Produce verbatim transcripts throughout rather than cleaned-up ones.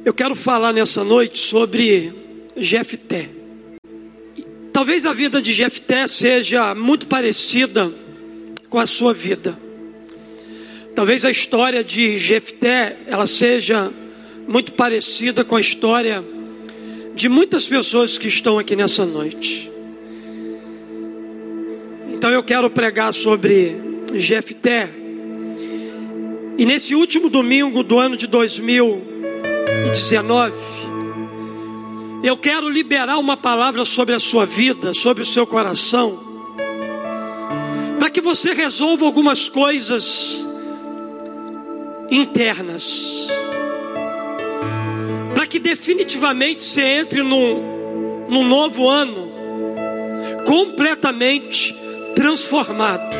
Eu quero falar nessa noite sobre Jefté. Talvez a vida de Jefté seja muito parecida com a sua vida. Talvez a história de Jefté, ela seja muito parecida com a história de muitas pessoas que estão aqui nessa noite. Então eu quero pregar sobre Jefté. E nesse último domingo do ano de dois mil e dezenove, eu quero liberar uma palavra sobre a sua vida, sobre o seu coração, para que você resolva algumas coisas internas, para que definitivamente você entre num, num novo ano completamente transformado.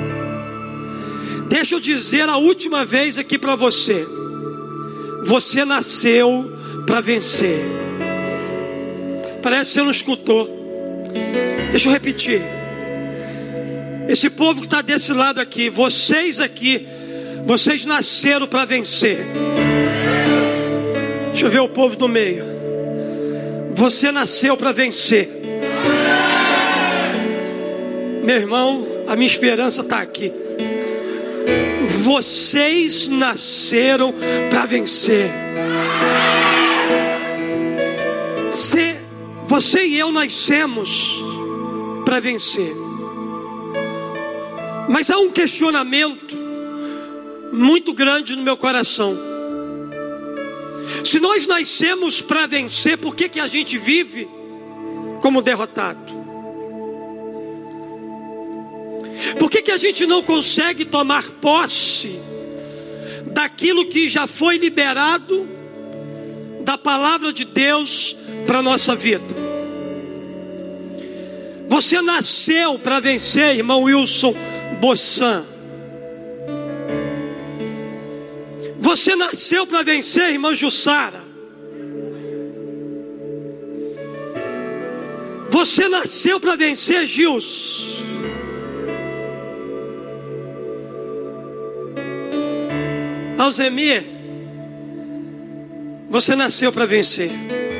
Deixa eu dizer a última vez aqui para você: você nasceu para vencer. Parece que você não escutou. Deixa eu repetir. Esse povo que está desse lado aqui, vocês aqui, vocês nasceram para vencer. Deixa eu ver o povo do meio. Você nasceu para vencer. Meu irmão, a minha esperança está aqui. Vocês nasceram para vencer. Se você e eu nascemos para vencer. Mas há um questionamento muito grande no meu coração. Se nós nascemos para vencer, por que que a gente vive como derrotado? Por que que a gente não consegue tomar posse daquilo que já foi liberado da palavra de Deus para a nossa vida? Você nasceu para vencer, irmão Wilson Bossan. Você nasceu para vencer, irmã Jussara. Você nasceu para vencer, Gils. Alzemir, você nasceu para vencer.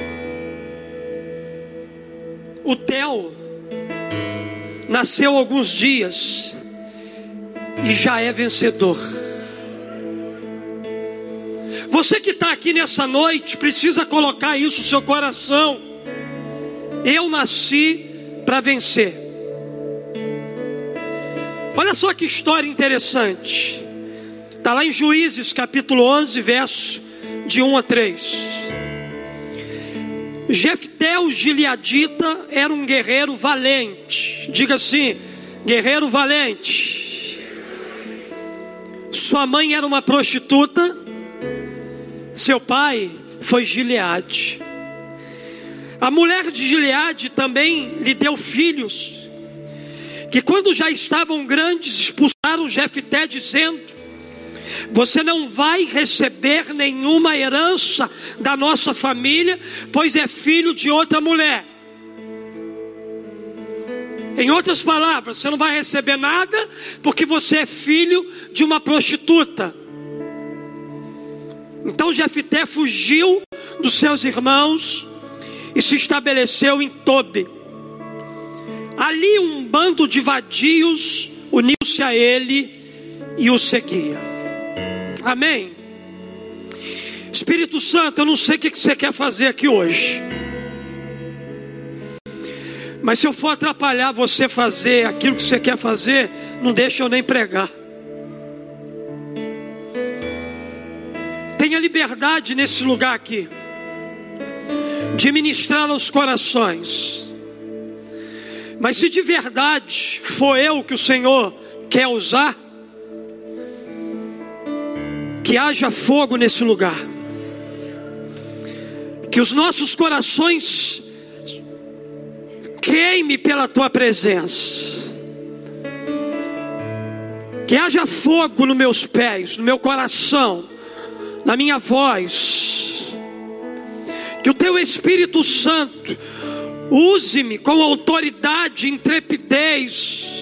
O Theo nasceu há alguns dias e já é vencedor. Você que está aqui nessa noite precisa colocar isso no seu coração. Eu nasci para vencer. Olha só que história interessante. Está lá em Juízes capítulo onze, verso de um a três. Jefté o gileadita era um guerreiro valente. Diga assim: guerreiro valente. Sua mãe era uma prostituta. Seu pai foi Gileade. A mulher de Gileade também lhe deu filhos, que quando já estavam grandes expulsaram Jefté, dizendo: você não vai receber nenhuma herança da nossa família, pois é filho de outra mulher. Em outras palavras, você não vai receber nada porque você é filho de uma prostituta. Então Jefté fugiu dos seus irmãos e se estabeleceu em Tobi. Ali um bando de vadios uniu-se a ele e o seguia. Amém. Espírito Santo, eu não sei o que você quer fazer aqui hoje, mas se eu for atrapalhar você fazer aquilo que você quer fazer, não deixa eu nem pregar. Tenha liberdade nesse lugar aqui de ministrar aos corações. Mas se de verdade for eu que o Senhor quer usar, que haja fogo nesse lugar, que os nossos corações queime pela tua presença, que haja fogo nos meus pés, no meu coração, na minha voz, que o teu Espírito Santo use-me com autoridade, intrepidez,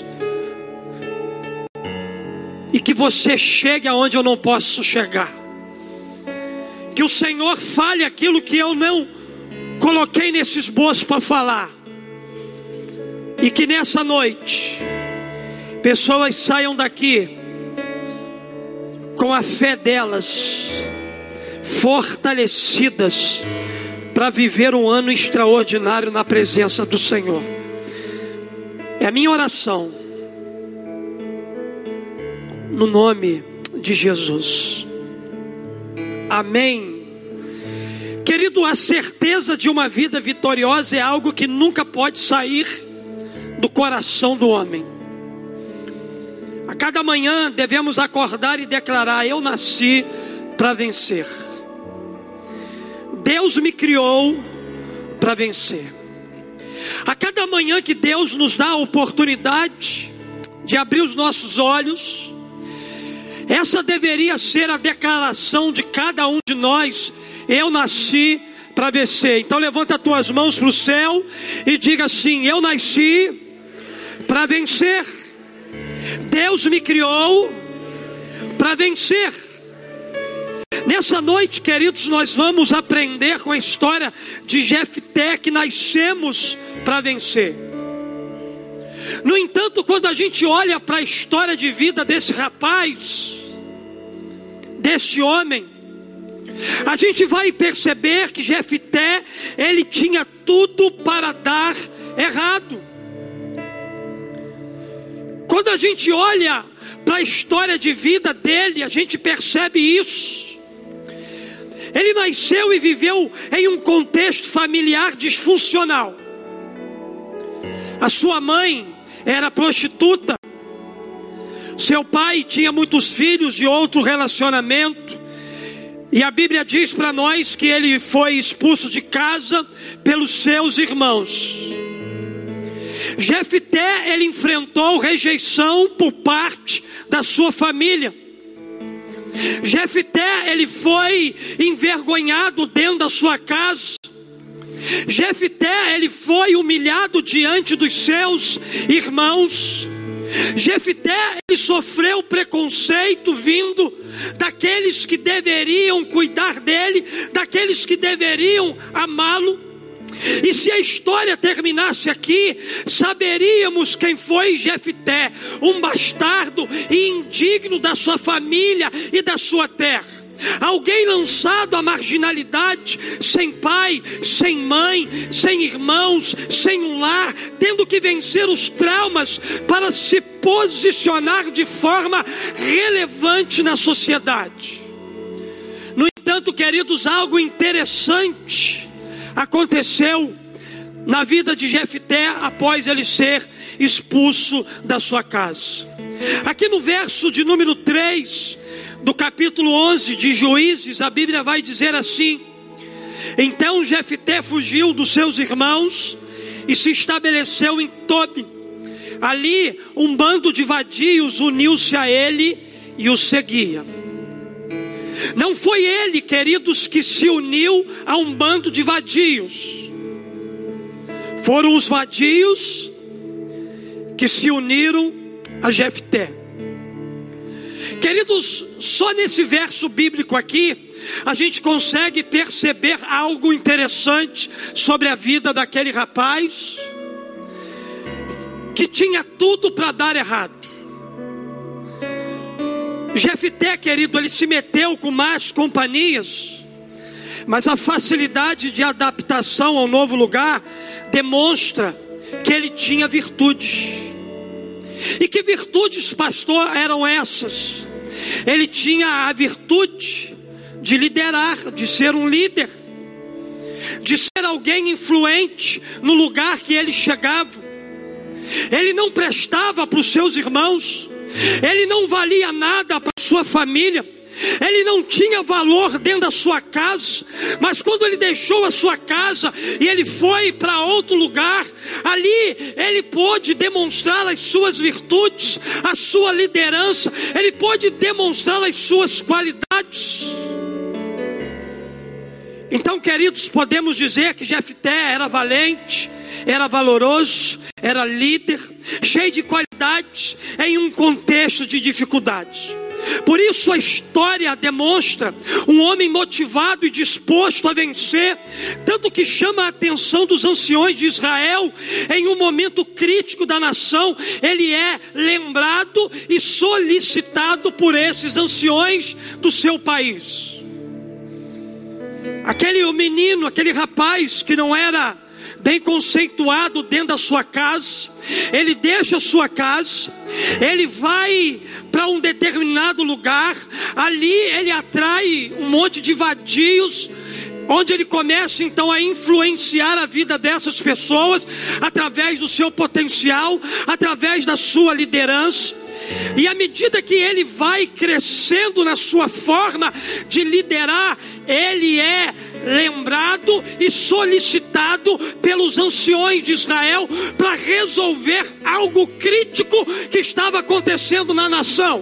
e que você chegue aonde eu não posso chegar, Que o Senhor fale aquilo que eu não coloquei nesse esboço para falar. E que nessa noite pessoas saiam daqui com a fé delas fortalecidas para viver um ano extraordinário na presença do Senhor. É a minha oração, no nome de Jesus. Amém. Querido, a certeza de uma vida vitoriosa é algo que nunca pode sair do coração do homem. A cada manhã devemos acordar e declarar: eu nasci para vencer. Deus me criou para vencer. A cada manhã que Deus nos dá a oportunidade de abrir os nossos olhos, essa deveria ser a declaração de cada um de nós: eu nasci para vencer. Então levanta as tuas mãos para o céu e diga assim: eu nasci para vencer. Deus me criou para vencer. Nessa noite, queridos, nós vamos aprender com a história de Jefté, que nascemos para vencer. No entanto, quando a gente olha para a história de vida desse rapaz, deste homem, a gente vai perceber que Jefté, ele tinha tudo para dar errado. Quando a gente olha para a história de vida dele, a gente percebe isso. Ele nasceu e viveu em um contexto familiar disfuncional. A sua mãe era prostituta. Seu pai tinha muitos filhos de outro relacionamento. E a Bíblia diz para nós que ele foi expulso de casa pelos seus irmãos. Jefté, ele enfrentou rejeição por parte da sua família. Jefté, ele foi envergonhado dentro da sua casa. Jefté, ele foi humilhado diante dos seus irmãos. Jefté, ele sofreu preconceito vindo daqueles que deveriam cuidar dele, daqueles que deveriam amá-lo. E se a história terminasse aqui, saberíamos quem foi Jefté, um bastardo e indigno da sua família e da sua terra. Alguém lançado à marginalidade, sem pai, sem mãe, sem irmãos, sem um lar, tendo que vencer os traumas para se posicionar de forma relevante na sociedade. No entanto, queridos, algo interessante aconteceu na vida de Jefté após ele ser expulso da sua casa. Aqui no verso de número três do capítulo onze de Juízes, a Bíblia vai dizer assim: então Jefté fugiu dos seus irmãos e se estabeleceu em Tobi. Ali um bando de vadios uniu-se a ele e o seguia. Não foi ele, queridos, que se uniu a um bando de vadios. Foram os vadios que se uniram a Jefté. Queridos, só nesse verso bíblico aqui, a gente consegue perceber algo interessante sobre a vida daquele rapaz que tinha tudo para dar errado. Jefté, querido, ele se meteu com más companhias, mas a facilidade de adaptação ao novo lugar demonstra que ele tinha virtudes. E que virtudes, pastor, eram essas? Ele tinha a virtude de liderar, de ser um líder, de ser alguém influente no lugar que ele chegava. Ele não prestava para os seus irmãos, ele não valia nada para a sua família, ele não tinha valor dentro da sua casa, mas quando ele deixou a sua casa e ele foi para outro lugar, ali ele pôde demonstrar as suas virtudes, a sua liderança, ele pôde demonstrar as suas qualidades. Então, queridos, podemos dizer que Jefté era valente, era valoroso, era líder, cheio de qualidades em um contexto de dificuldade. Por isso a história demonstra um homem motivado e disposto a vencer, tanto que chama a atenção dos anciões de Israel. Em um momento crítico da nação, ele é lembrado e solicitado por esses anciões do seu país. Aquele menino, aquele rapaz que não era bem conceituado dentro da sua casa, ele deixa a sua casa, ele vai para um determinado lugar, ali ele atrai um monte de vadios, onde ele começa então a influenciar a vida dessas pessoas, através do seu potencial, através da sua liderança. E à medida que ele vai crescendo na sua forma de liderar, ele é lembrado e solicitado pelos anciões de Israel para resolver algo crítico que estava acontecendo na nação.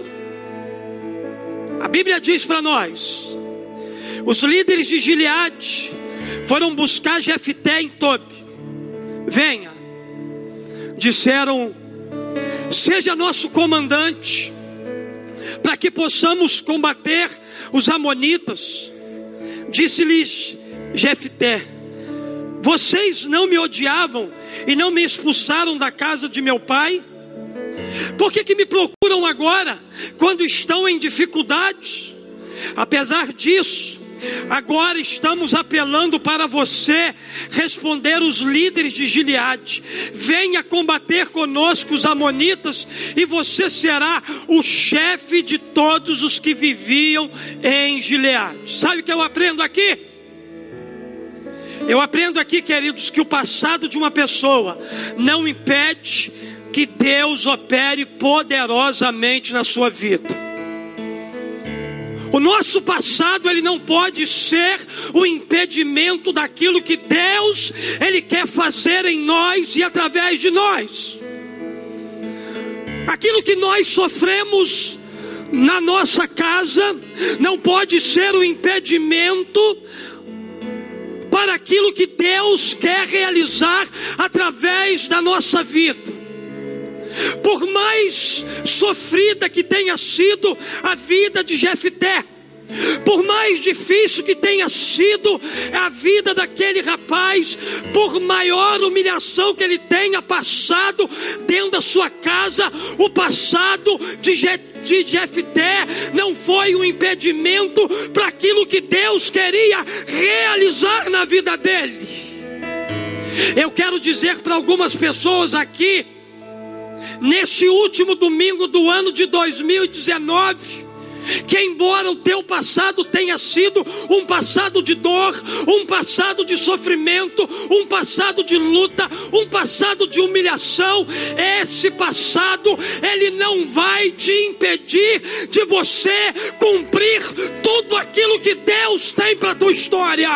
A Bíblia diz para nós: os líderes de Gileade foram buscar Jefté em Tobi. Venha, disseram, seja nosso comandante, para que possamos combater os amonitas. Disse-lhes Jefté: vocês não me odiavam e não me expulsaram da casa de meu pai? Por que que me procuram agora, quando estão em dificuldade? Apesar disso, agora estamos apelando para você responder os líderes de Gileade: venha combater conosco os amonitas, e você será o chefe de todos os que viviam em Gileade. Sabe o que eu aprendo aqui? Eu aprendo aqui, queridos, que o passado de uma pessoa não impede que Deus opere poderosamente na sua vida. O nosso passado, ele não pode ser o impedimento daquilo que Deus, ele quer fazer em nós e através de nós. Aquilo que nós sofremos na nossa casa não pode ser o impedimento para aquilo que Deus quer realizar através da nossa vida. Por mais sofrida que tenha sido a vida de Jefté, por mais difícil que tenha sido a vida daquele rapaz, por maior humilhação que ele tenha passado dentro da sua casa, o passado de Jefté de Jefté não foi um impedimento para aquilo que Deus queria realizar na vida dele. Eu quero dizer para algumas pessoas aqui, neste último domingo do ano de dois mil e dezenove, que embora o teu passado tenha sido um passado de dor, um passado de sofrimento, um passado de luta, um passado de humilhação, esse passado, ele não vai te impedir de você cumprir tudo aquilo que Deus tem para a tua história.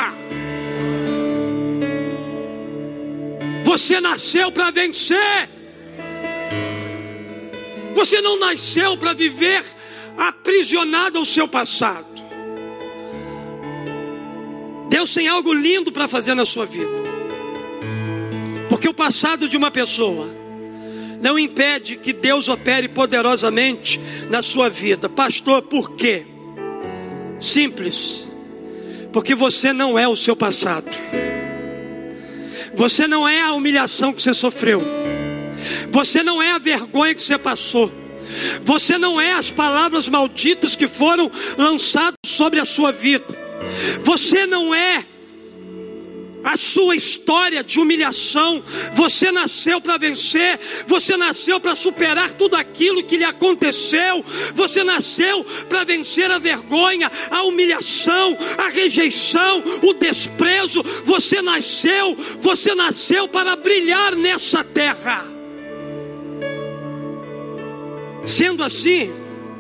Você nasceu para vencer. Você não nasceu para viver aprisionado ao seu passado. Deus tem algo lindo para fazer na sua vida, porque o passado de uma pessoa não impede que Deus opere poderosamente na sua vida. Pastor, por quê? Simples, porque você não é o seu passado. Você não é a humilhação que você sofreu. Você não é a vergonha que você passou. Você não é as palavras malditas que foram lançadas sobre a sua vida. Você não é a sua história de humilhação. Você nasceu para vencer. Você nasceu para superar tudo aquilo que lhe aconteceu. Você nasceu para vencer a vergonha, a humilhação, a rejeição, o desprezo. Você nasceu, você nasceu para brilhar nessa terra. Sendo assim,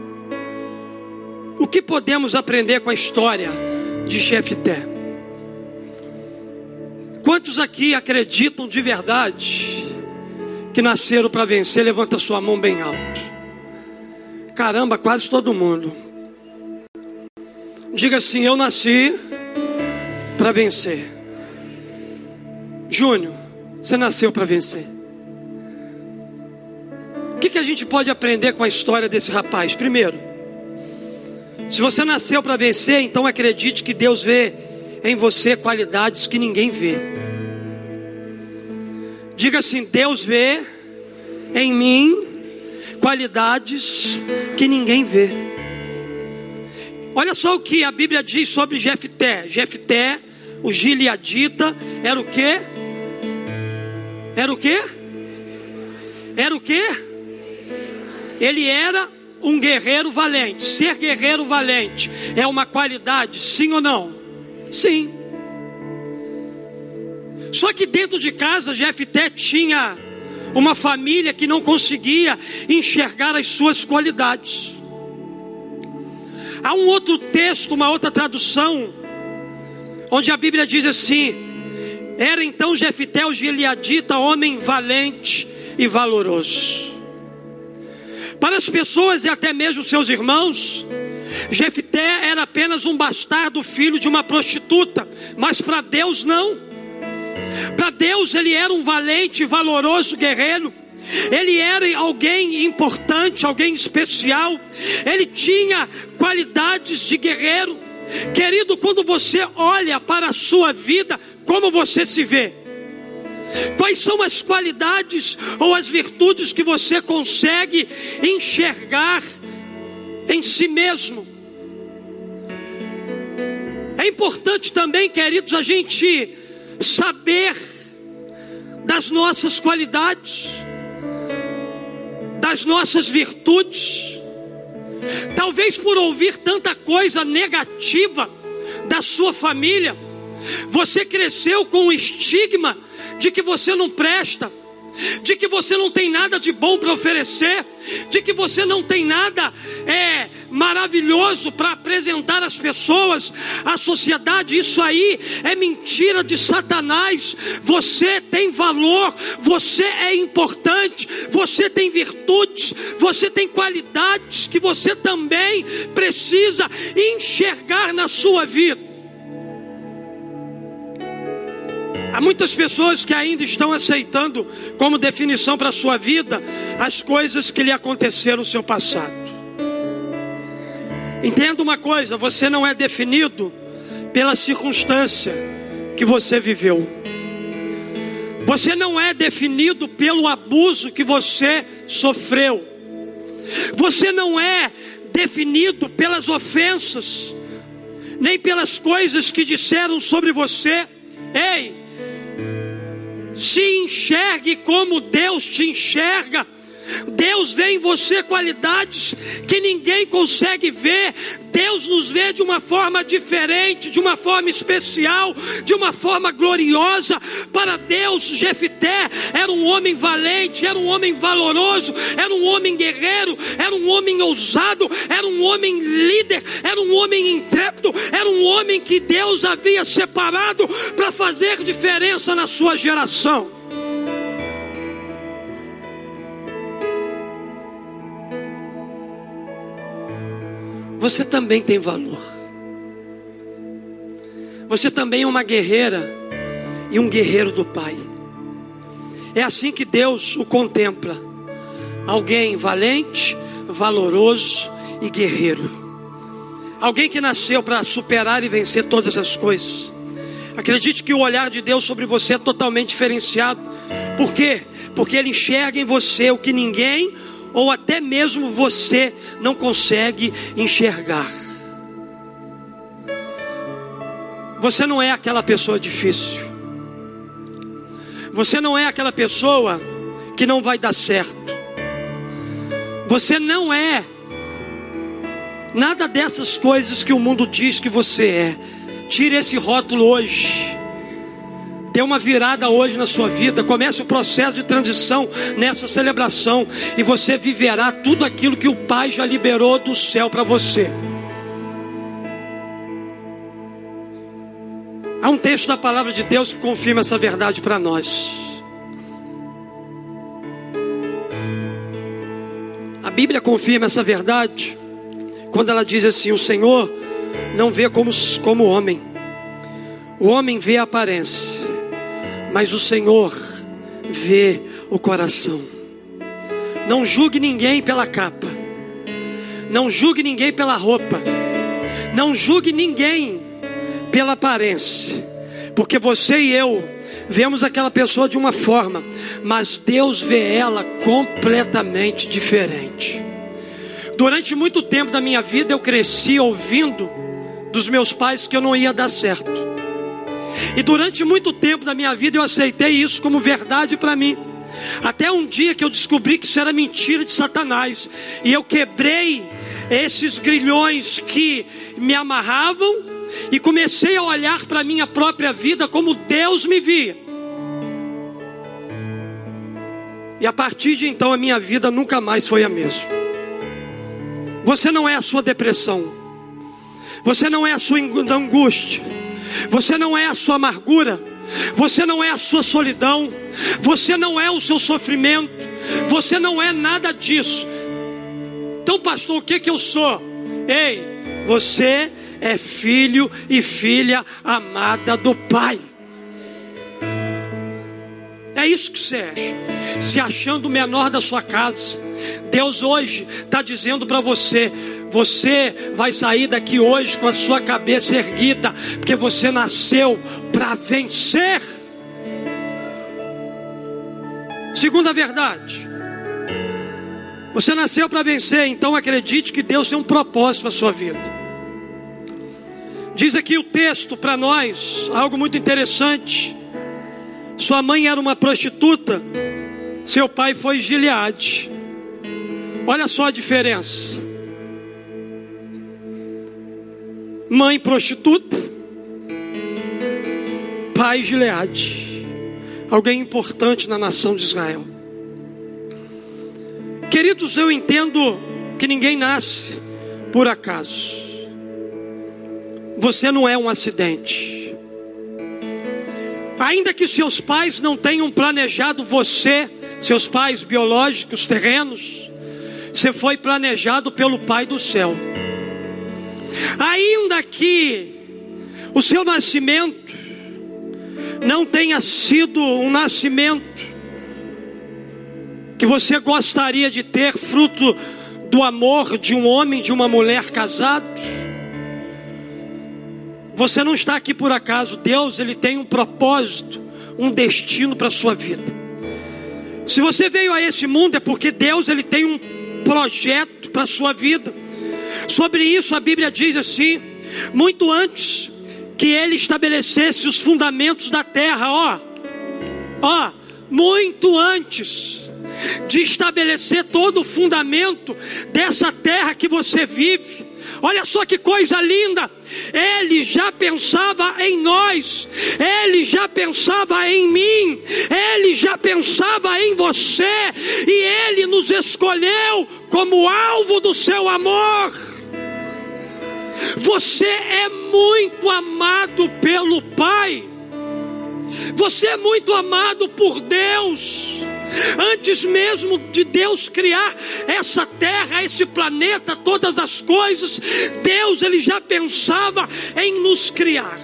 o que podemos aprender com a história de Jefté? Quantos aqui acreditam de verdade que nasceram para vencer? Levanta sua mão bem alto. Caramba, quase todo mundo. Diga assim: eu nasci para vencer. Júnior, você nasceu para vencer. O que, que a gente pode aprender com a história desse rapaz? Primeiro, Se você nasceu para vencer, então acredite que Deus vê em você qualidades que ninguém vê. Diga assim: Deus vê em mim qualidades que ninguém vê. Olha só o que a Bíblia diz sobre Jefté. Jefté, o gileadita, era o quê? Era o quê? Era o quê? Ele era um guerreiro valente. Ser guerreiro valente é uma qualidade, sim ou não? Sim. Só que dentro de casa, Jefté tinha uma família que não conseguia enxergar as suas qualidades. Há um outro texto, uma outra tradução, onde a Bíblia diz assim: era então Jefté o gileadita, homem valente e valoroso. Para as pessoas e até mesmo seus irmãos, Jefté era apenas um bastardo, filho de uma prostituta. Mas para Deus não. Para Deus ele era um valente e valoroso guerreiro. Ele era alguém importante, alguém especial. Ele tinha qualidades de guerreiro. Querido, quando você olha para a sua vida, como você se vê? Quais são as qualidades ou as virtudes que você consegue enxergar em si mesmo? É importante também, queridos, a gente saber das nossas qualidades, das nossas virtudes. Talvez por ouvir tanta coisa negativa da sua família, você cresceu com o estigma de que você não presta, de que você não tem nada de bom para oferecer, de que você não tem nada é, maravilhoso para apresentar às pessoas, à sociedade. Isso aí é mentira de Satanás. Você tem valor, você é importante, você tem virtudes, você tem qualidades que você também precisa enxergar na sua vida. Há muitas pessoas que ainda estão aceitando como definição para a sua vida as coisas que lhe aconteceram no seu passado. Entenda uma coisa: você não é definido pela circunstância que você viveu. Você não é definido pelo abuso que você sofreu. Você não é definido pelas ofensas, nem pelas coisas que disseram sobre você. Ei, se enxergue como Deus te enxerga. Deus vê em você qualidades que ninguém consegue ver. Deus nos vê de uma forma diferente, de uma forma especial, de uma forma gloriosa. Para Deus, Jefté era um homem valente, era um homem valoroso, era um homem guerreiro, era um homem ousado, era um homem líder, era um homem intrépido, era um homem que Deus havia separado para fazer diferença na sua geração. Você também tem valor. Você também é uma guerreira e um guerreiro do Pai. É assim que Deus o contempla: alguém valente, valoroso e guerreiro. Alguém que nasceu para superar e vencer todas as coisas. Acredite que o olhar de Deus sobre você é totalmente diferenciado. Por quê? Porque Ele enxerga em você o que ninguém, ou até mesmo você, não consegue enxergar. Você não é aquela pessoa difícil. Você não é aquela pessoa que não vai dar certo. Você não é nada dessas coisas que o mundo diz que você é. Tire esse rótulo hoje. Dê uma virada hoje na sua vida. Comece o processo de transição nessa celebração, e você viverá tudo aquilo que o Pai já liberou do céu para você. Há um texto da palavra de Deus que confirma essa verdade para nós. A Bíblia confirma essa verdade quando ela diz assim: o Senhor não vê como, como homem. O homem vê a aparência, mas o Senhor vê o coração. Não julgue ninguém pela capa. Não julgue ninguém pela roupa. Não julgue ninguém pela aparência, porque você e eu vemos aquela pessoa de uma forma, mas Deus vê ela completamente diferente. Durante muito tempo da minha vida eu cresci ouvindo dos meus pais que eu não ia dar certo. E durante muito tempo da minha vida eu aceitei isso como verdade para mim. Até um dia que eu descobri que isso era mentira de Satanás. E eu quebrei esses grilhões que me amarravam e comecei a olhar para a minha própria vida como Deus me via. E a partir de então a minha vida nunca mais foi a mesma. Você não é a sua depressão, você não é a sua angústia, você não é a sua amargura, você não é a sua solidão, você não é o seu sofrimento, você não é nada disso. Então, pastor, o que que eu sou? Ei, você é filho e filha amada do Pai. É isso que você é. Se achando o menor da sua casa, Deus hoje está dizendo para você: você vai sair daqui hoje com a sua cabeça erguida, porque você nasceu para vencer. Segunda verdade, você nasceu para vencer, então acredite que Deus tem um propósito para a sua vida. Diz aqui o texto para nós algo muito interessante. Sua mãe era uma prostituta, seu pai foi Gileade. Olha só a diferença. Mãe prostituta, pai Gileade. Alguém importante na nação de Israel. Queridos, eu entendo que ninguém nasce por acaso. Você não é um acidente. Ainda que seus pais não tenham planejado você, seus pais biológicos, terrenos, você foi planejado pelo Pai do céu. Ainda que o seu nascimento não tenha sido um nascimento que você gostaria de ter, fruto do amor de um homem, de uma mulher casado, você não está aqui por acaso. Deus, Ele tem um propósito, um destino para a sua vida. Se você veio a esse mundo é porque Deus, Ele tem um projeto para a sua vida. Sobre isso a Bíblia diz assim: muito antes que Ele estabelecesse os fundamentos da terra, ó, ó, muito antes de estabelecer todo o fundamento dessa terra que você vive, olha só que coisa linda, Ele já pensava em nós, Ele já pensava em mim, Ele já pensava em você, e Ele nos escolheu como alvo do seu amor. Você é muito amado pelo Pai, você é muito amado por Deus. Antes mesmo de Deus criar essa terra, esse planeta, todas as coisas, Deus, Ele já pensava em nos criar.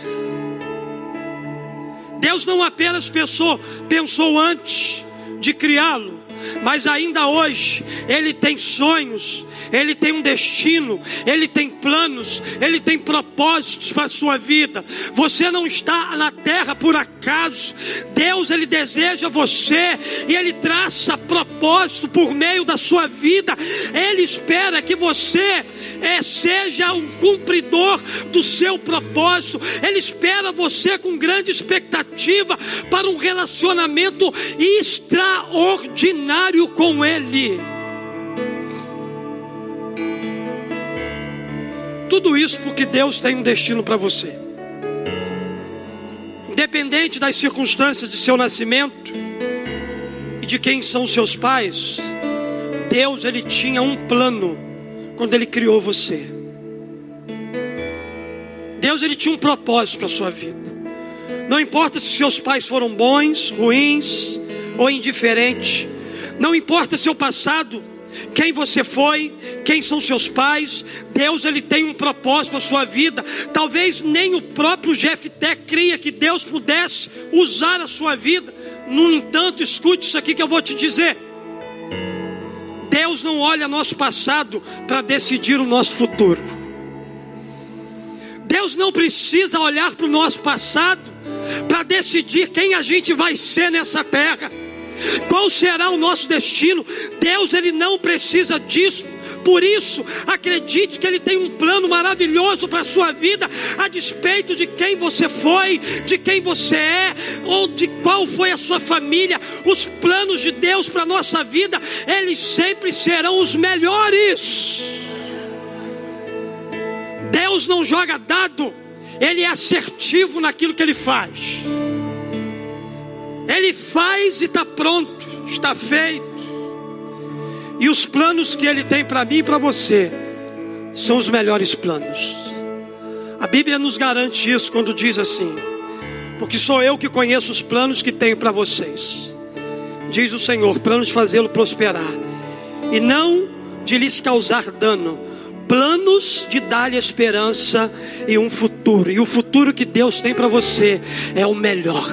Deus não apenas pensou, pensou antes de criá-lo, mas ainda hoje Ele tem sonhos, Ele tem um destino, Ele tem planos, Ele tem propósitos para a sua vida. Você não está na terra por acaso. Deus, Ele deseja você e Ele traça propósito por meio da sua vida. Ele espera que você é, seja um cumpridor do seu propósito. Ele espera você com grande expectativa para um relacionamento extraordinário com Ele. Tudo isso porque Deus tem um destino para você. Independente das circunstâncias de seu nascimento e de quem são seus pais, Deus, Ele tinha um plano quando Ele criou você. Deus, Ele tinha um propósito para a sua vida. Não importa se seus pais foram bons, ruins ou indiferentes. Não importa seu passado, quem você foi, quem são seus pais. Deus, Ele tem um propósito para a sua vida. Talvez nem o próprio Jefté cria que Deus pudesse usar a sua vida. No entanto, escute isso aqui que eu vou te dizer. Deus não olha nosso passado para decidir o nosso futuro. Deus não precisa olhar para o nosso passado para decidir quem a gente vai ser nessa terra, qual será o nosso destino. Deus, Ele não precisa disso. Por isso, acredite que Ele tem um plano maravilhoso para a sua vida, a despeito de quem você foi, de quem você é, ou de qual foi a sua família. Os planos de Deus para a nossa vida, eles sempre serão os melhores. Deus não joga dado, Ele é assertivo naquilo que Ele faz. Ele faz e está pronto, está feito. E os planos que Ele tem para mim e para você são os melhores planos. A Bíblia nos garante isso quando diz assim: porque sou eu que conheço os planos que tenho para vocês, diz o Senhor, planos de fazê-lo prosperar e não de lhes causar dano, planos de dar-lhe esperança e um futuro. E o futuro que Deus tem para você é o melhor.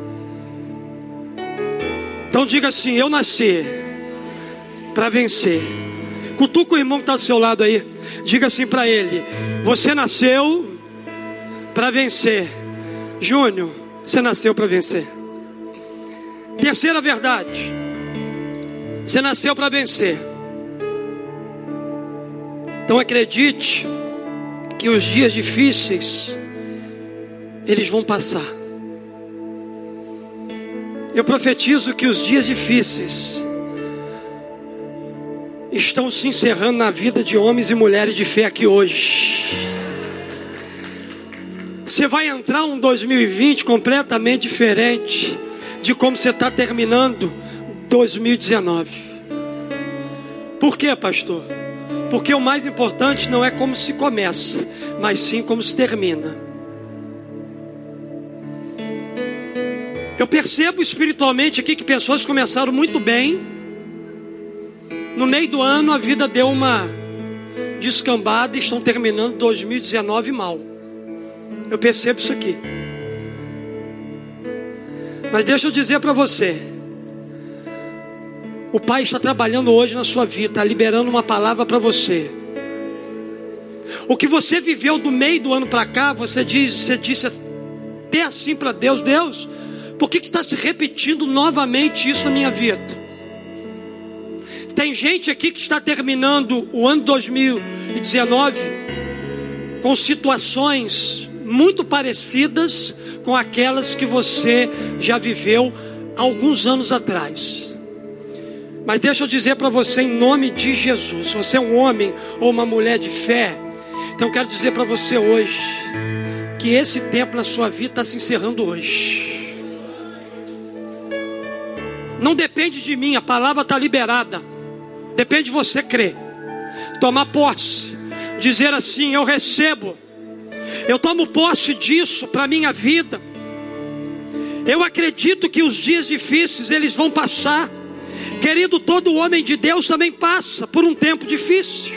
Então diga assim: eu nasci para vencer. Cutuca o irmão que está ao seu lado aí, diga assim para ele: você nasceu para vencer. Júnior, você nasceu para vencer. Terceira verdade: você nasceu para vencer. Então acredite que os dias difíceis, eles vão passar. Eu profetizo que os dias difíceis estão se encerrando na vida de homens e mulheres de fé aqui hoje. Você vai entrar um dois mil e vinte completamente diferente de como você está terminando dois mil e dezenove. Por quê, pastor? Porque o mais importante não é como se começa, mas sim como se termina. Eu percebo espiritualmente aqui que pessoas começaram muito bem. No meio do ano a vida deu uma descambada e estão terminando dois mil e dezenove mal. Eu percebo isso aqui. Mas deixa eu dizer para você: o Pai está trabalhando hoje na sua vida, está liberando uma palavra para você. O que você viveu do meio do ano para cá, você diz, você disse até assim para Deus: Deus, por que está se repetindo novamente isso na minha vida? Tem gente aqui que está terminando o ano dois mil e dezenove com situações muito parecidas com aquelas que você já viveu alguns anos atrás. Mas deixa eu dizer para você, em nome de Jesus, se você é um homem ou uma mulher de fé, então eu quero dizer para você hoje que esse tempo na sua vida está se encerrando hoje. Não depende de mim, a palavra está liberada. Depende de você crer, tomar posse, dizer assim: eu recebo, eu tomo posse disso para a minha vida. Eu acredito que os dias difíceis eles vão passar. Querido, todo homem de Deus também passa por um tempo difícil.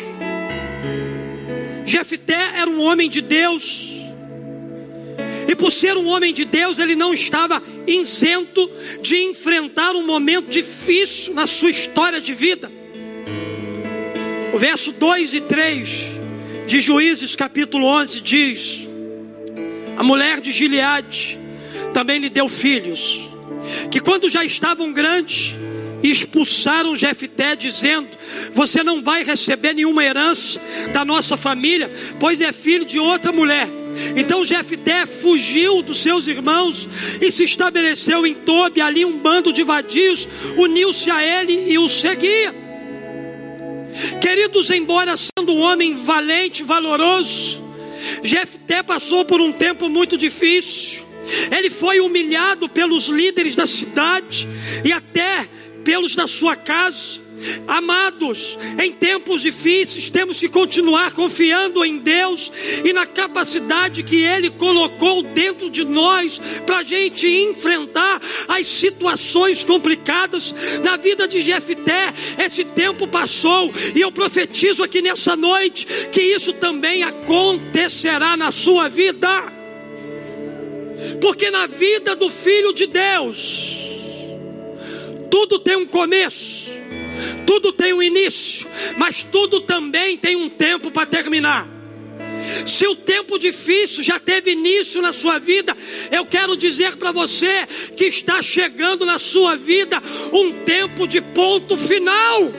Jefté era um homem de Deus, e por ser um homem de Deus, ele não estava isento de enfrentar um momento difícil na sua história de vida. O verso dois e três de Juízes capítulo onze diz: a mulher de Gileade também lhe deu filhos, que quando já estavam grandes, expulsaram Jefté, dizendo: você não vai receber nenhuma herança da nossa família, pois é filho de outra mulher. Então Jefté fugiu dos seus irmãos e se estabeleceu em Tobi. Ali um bando de vadios uniu-se a ele e o seguia. Queridos, embora sendo um homem valente, valoroso, Jefté passou por um tempo muito difícil. Ele foi humilhado pelos líderes da cidade e até pelos da sua casa. Amados, em tempos difíceis temos que continuar confiando em Deus e na capacidade que Ele colocou dentro de nós para a gente enfrentar as situações complicadas. Na vida de Jefté, esse tempo passou, e eu profetizo aqui nessa noite que isso também acontecerá na sua vida, porque na vida do Filho de Deus tudo tem um começo, tudo tem um início, mas tudo também tem um tempo para terminar. Se o tempo difícil já teve início na sua vida, eu quero dizer para você que está chegando na sua vida um tempo de ponto final.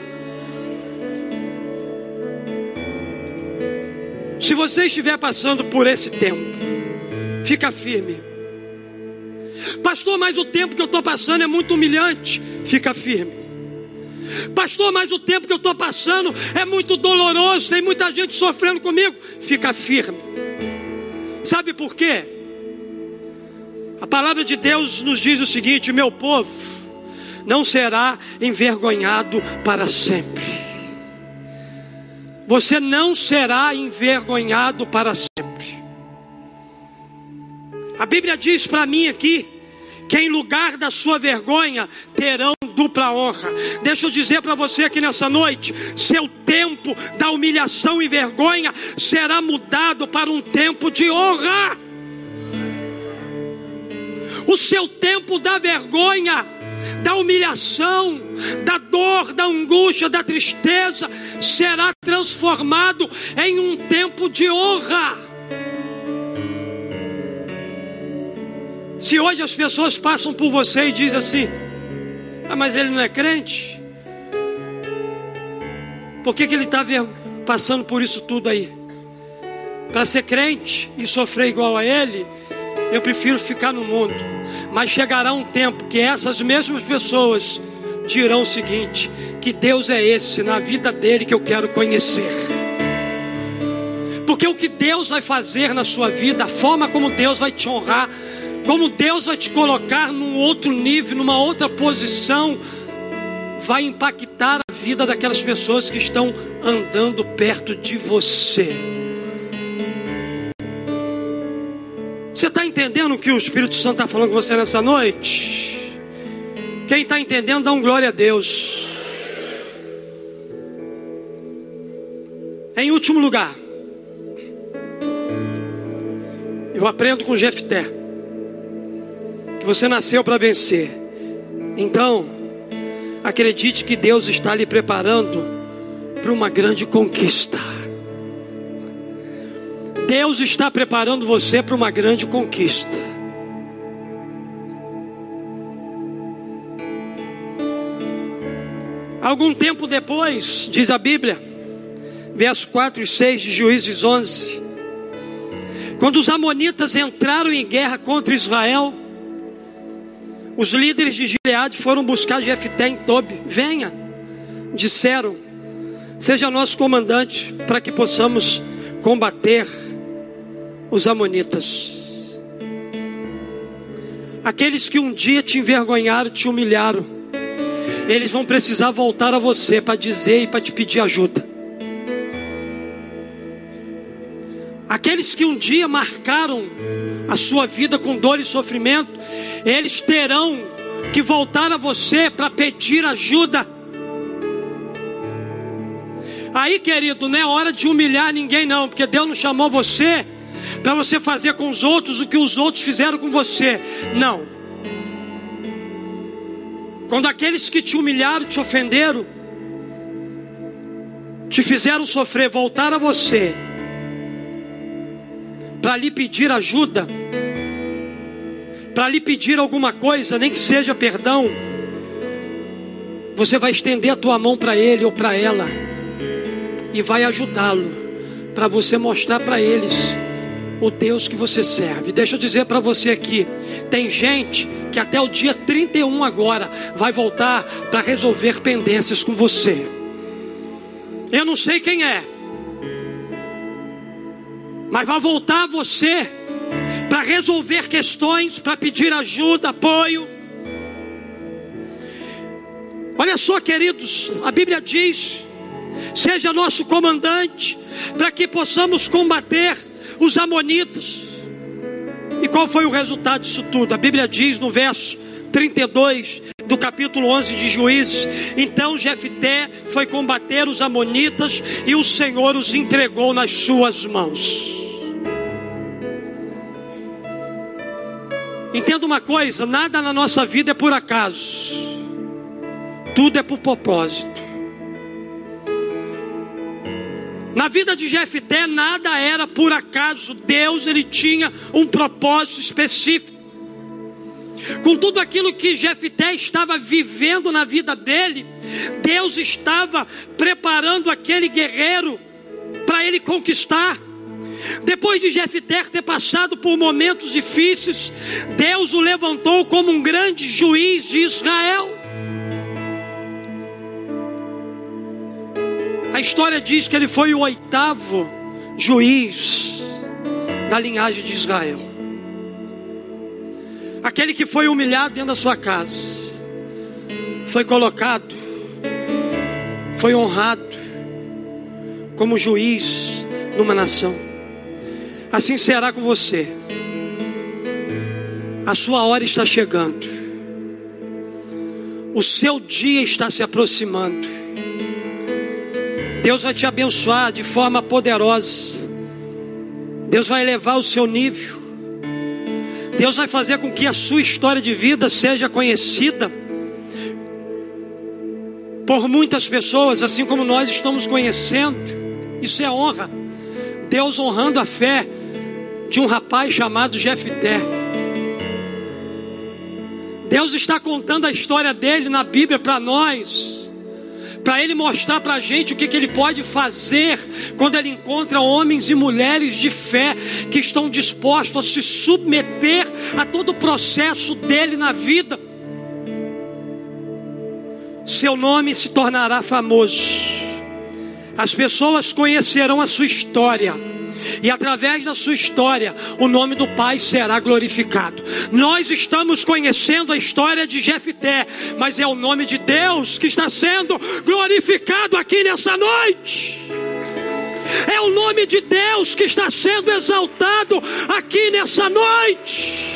Se você estiver passando por esse tempo, fica firme. Pastor, mas o tempo que eu estou passando é muito humilhante. Fica firme. Pastor, mas o tempo que eu estou passando é muito doloroso, tem muita gente sofrendo comigo. Fica firme. Sabe por quê? A palavra de Deus nos diz o seguinte: meu povo não será envergonhado para sempre. Você não será envergonhado para sempre. A Bíblia diz para mim aqui que em lugar da sua vergonha terão dupla honra. Deixa eu dizer para você aqui nessa noite: seu tempo da humilhação e vergonha será mudado para um tempo de honra. O seu tempo da vergonha, da humilhação, da dor, da angústia, da tristeza será transformado em um tempo de honra. Se hoje as pessoas passam por você e dizem assim: ah, mas ele não é crente, por que que ele está passando por isso tudo aí? Para ser crente e sofrer igual a ele, eu prefiro ficar no mundo. Mas chegará um tempo que essas mesmas pessoas dirão o seguinte: que Deus é esse na vida dele que eu quero conhecer. Porque o que Deus vai fazer na sua vida, a forma como Deus vai te honrar, como Deus vai te colocar num outro nível, numa outra posição, vai impactar a vida daquelas pessoas que estão andando perto de você. Você está entendendo o que o Espírito Santo está falando com você nessa noite? Quem está entendendo, dá um glória a Deus. Em último lugar, eu aprendo com Jefté que você nasceu para vencer. Então, acredite que Deus está lhe preparando para uma grande conquista. Deus está preparando você para uma grande conquista. Algum tempo depois, diz a Bíblia, versos quatro e seis de Juízes onze, quando os amonitas entraram em guerra contra Israel, os líderes de Gileade foram buscar Jefté em Tobi. Venha, disseram, seja nosso comandante para que possamos combater os amonitas. Aqueles que um dia te envergonharam, te humilharam, eles vão precisar voltar a você para dizer e para te pedir ajuda. Aqueles que um dia marcaram a sua vida com dor e sofrimento, eles terão que voltar a você para pedir ajuda. Aí, querido, não é hora de humilhar ninguém não, porque Deus não chamou você para você fazer com os outros o que os outros fizeram com você. Não. Quando aqueles que te humilharam, te ofenderam, te fizeram sofrer, voltar a você para lhe pedir ajuda, para lhe pedir alguma coisa, nem que seja perdão, você vai estender a tua mão para ele ou para ela e vai ajudá-lo, para você mostrar para eles o Deus que você serve. Deixa eu dizer para você aqui, tem gente que até o dia trinta e um agora vai voltar para resolver pendências com você. Eu não sei quem é, mas vai voltar a você para resolver questões, para pedir ajuda, apoio. Olha só, queridos, a Bíblia diz: seja nosso comandante para que possamos combater os amonitas. E qual foi o resultado disso tudo? A Bíblia diz no verso trinta e dois do capítulo onze de Juízes: então Jefté foi combater os amonitas e o Senhor os entregou nas suas mãos. Entenda uma coisa: nada na nossa vida é por acaso, tudo é por propósito. Na vida de Jefté nada era por acaso. Deus, ele tinha um propósito específico. Com tudo aquilo que Jefté estava vivendo na vida dele, Deus estava preparando aquele guerreiro para ele conquistar. Depois de Jefté ter passado por momentos difíceis, Deus o levantou como um grande juiz de Israel. A história diz que ele foi o oitavo juiz da linhagem de Israel. Aquele que foi humilhado dentro da sua casa, foi colocado, foi honrado como juiz numa nação. Assim será com você. A sua hora está chegando. O seu dia está se aproximando. Deus vai te abençoar de forma poderosa. Deus vai elevar o seu nível. Deus vai fazer com que a sua história de vida seja conhecida por muitas pessoas, assim como nós estamos conhecendo. Isso é honra. Deus honrando a fé de um rapaz chamado Jefté. Deus está contando a história dele na Bíblia para nós, para ele mostrar para a gente o que, que ele pode fazer quando ele encontra homens e mulheres de fé que estão dispostos a se submeter a todo o processo dele na vida. Seu nome se tornará famoso. As pessoas conhecerão a sua história, e através da sua história o nome do Pai será glorificado. Nós estamos conhecendo a história de Jefté, mas é o nome de Deus que está sendo glorificado aqui nessa noite. É o nome de Deus que está sendo exaltado aqui nessa noite.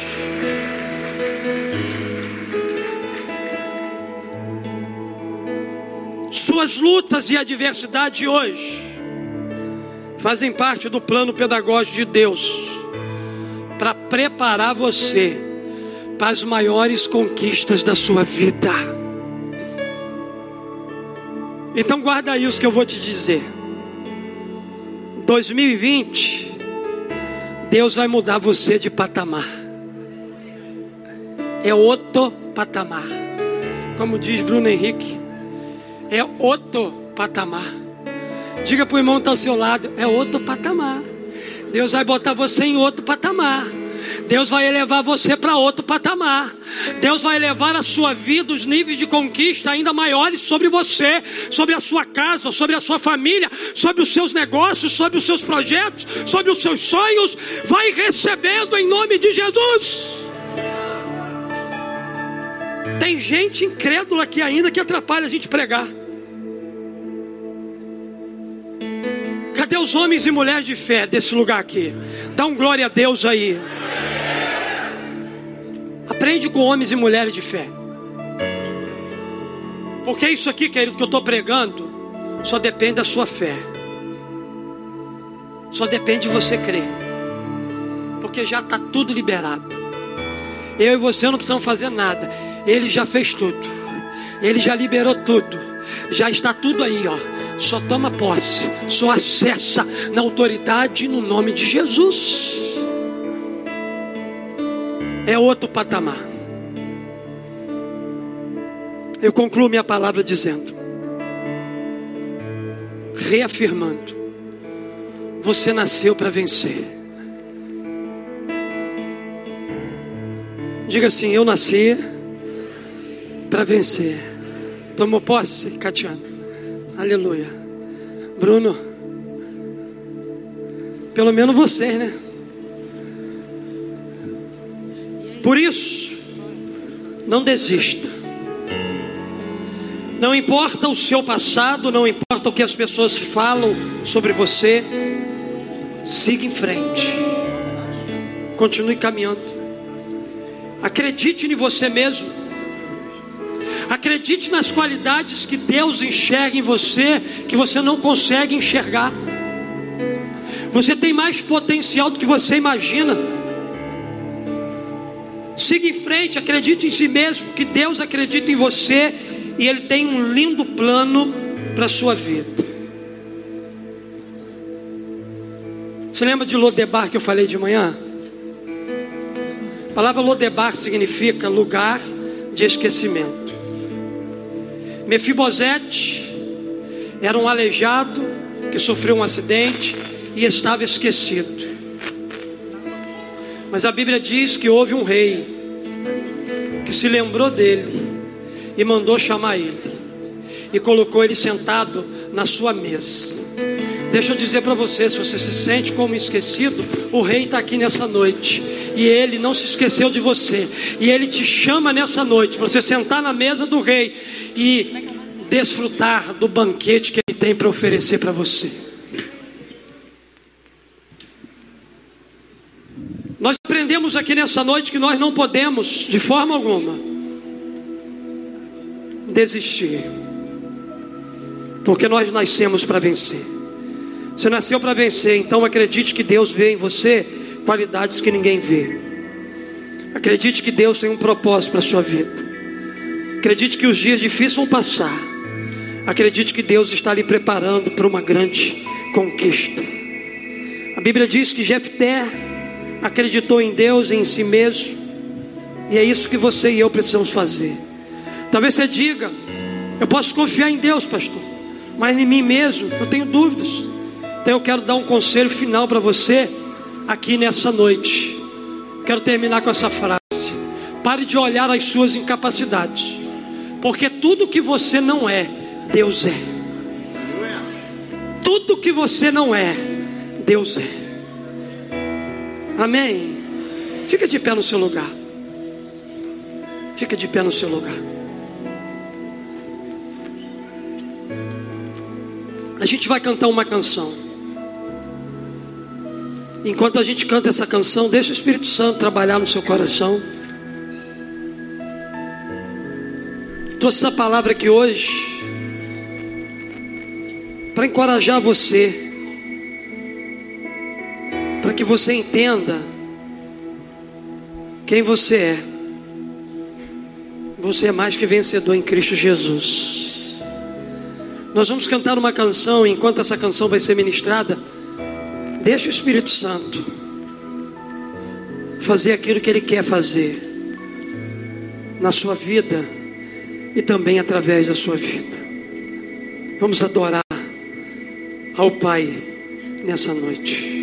Suas lutas e adversidades de hoje fazem parte do plano pedagógico de Deus para preparar você para as maiores conquistas da sua vida. Então guarda isso que eu vou te dizer. dois mil e vinte, Deus vai mudar você de patamar. É outro patamar. Como diz Bruno Henrique, é outro patamar. Diga para o irmão que está ao seu lado, é outro patamar. Deus vai botar você em outro patamar. Deus vai elevar você para outro patamar. Deus vai elevar a sua vida, os níveis de conquista ainda maiores sobre você, sobre a sua casa, sobre a sua família, sobre os seus negócios, sobre os seus projetos, sobre os seus sonhos. Vai recebendo em nome de Jesus. Tem gente incrédula aqui ainda que atrapalha a gente pregar. Cadê os homens e mulheres de fé desse lugar aqui? Dá um glória a Deus aí. Aprende com homens e mulheres de fé. Porque isso aqui, querido, que eu estou pregando, só depende da sua fé. Só depende de você crer. Porque já está tudo liberado. Eu e você não precisamos fazer nada. Ele já fez tudo. Ele já liberou tudo. Já está tudo aí, ó. Só toma posse. Só acessa na autoridade no nome de Jesus. É outro patamar. Eu concluo minha palavra dizendo, reafirmando, você nasceu para vencer. Diga assim, eu nasci para vencer. Tomou posse, Catiana? Aleluia. Bruno, pelo menos vocês, né? Por isso, não desista. Não importa o seu passado, não importa o que as pessoas falam sobre você, siga em frente. Continue caminhando. Acredite em você mesmo. Acredite nas qualidades que Deus enxerga em você, que você não consegue enxergar. Você tem mais potencial do que você imagina. Siga em frente, acredite em si mesmo, que Deus acredita em você e Ele tem um lindo plano para a sua vida. Você lembra de Lodebar que eu falei de manhã? A palavra Lodebar significa lugar de esquecimento. Mefibosete era um aleijado que sofreu um acidente e estava esquecido. Mas a Bíblia diz que houve um rei que se lembrou dele e mandou chamar ele e colocou ele sentado na sua mesa. Deixa eu dizer para você, se você se sente como esquecido, o rei está aqui nessa noite e ele não se esqueceu de você, e ele te chama nessa noite para você sentar na mesa do rei e desfrutar do banquete que ele tem para oferecer para você. Nós aprendemos aqui nessa noite que nós não podemos de forma alguma desistir, porque nós nascemos para vencer. Você nasceu para vencer, então acredite que Deus vê em você qualidades que ninguém vê. Acredite que Deus tem um propósito para a sua vida. Acredite que os dias difíceis vão passar. Acredite que Deus está lhe preparando para uma grande conquista. A Bíblia diz que Jefté acreditou em Deus e em si mesmo, e é isso que você e eu precisamos fazer. Talvez você diga: eu posso confiar em Deus, pastor, mas em mim mesmo eu tenho dúvidas. Então eu quero dar um conselho final para você aqui nessa noite. Quero terminar com essa frase: pare de olhar as suas incapacidades, porque tudo que você não é, Deus é. Tudo que você não é, Deus é. Amém? Fica de pé no seu lugar. Fica de pé no seu lugar. A gente vai cantar uma canção. Enquanto a gente canta essa canção, deixa o Espírito Santo trabalhar no seu coração. Trouxe essa palavra aqui hoje para encorajar você, para que você entenda quem você é. Você é mais que vencedor em Cristo Jesus. Nós vamos cantar uma canção, e enquanto essa canção vai ser ministrada, deixa o Espírito Santo fazer aquilo que Ele quer fazer na sua vida e também através da sua vida. Vamos adorar ao Pai nessa noite.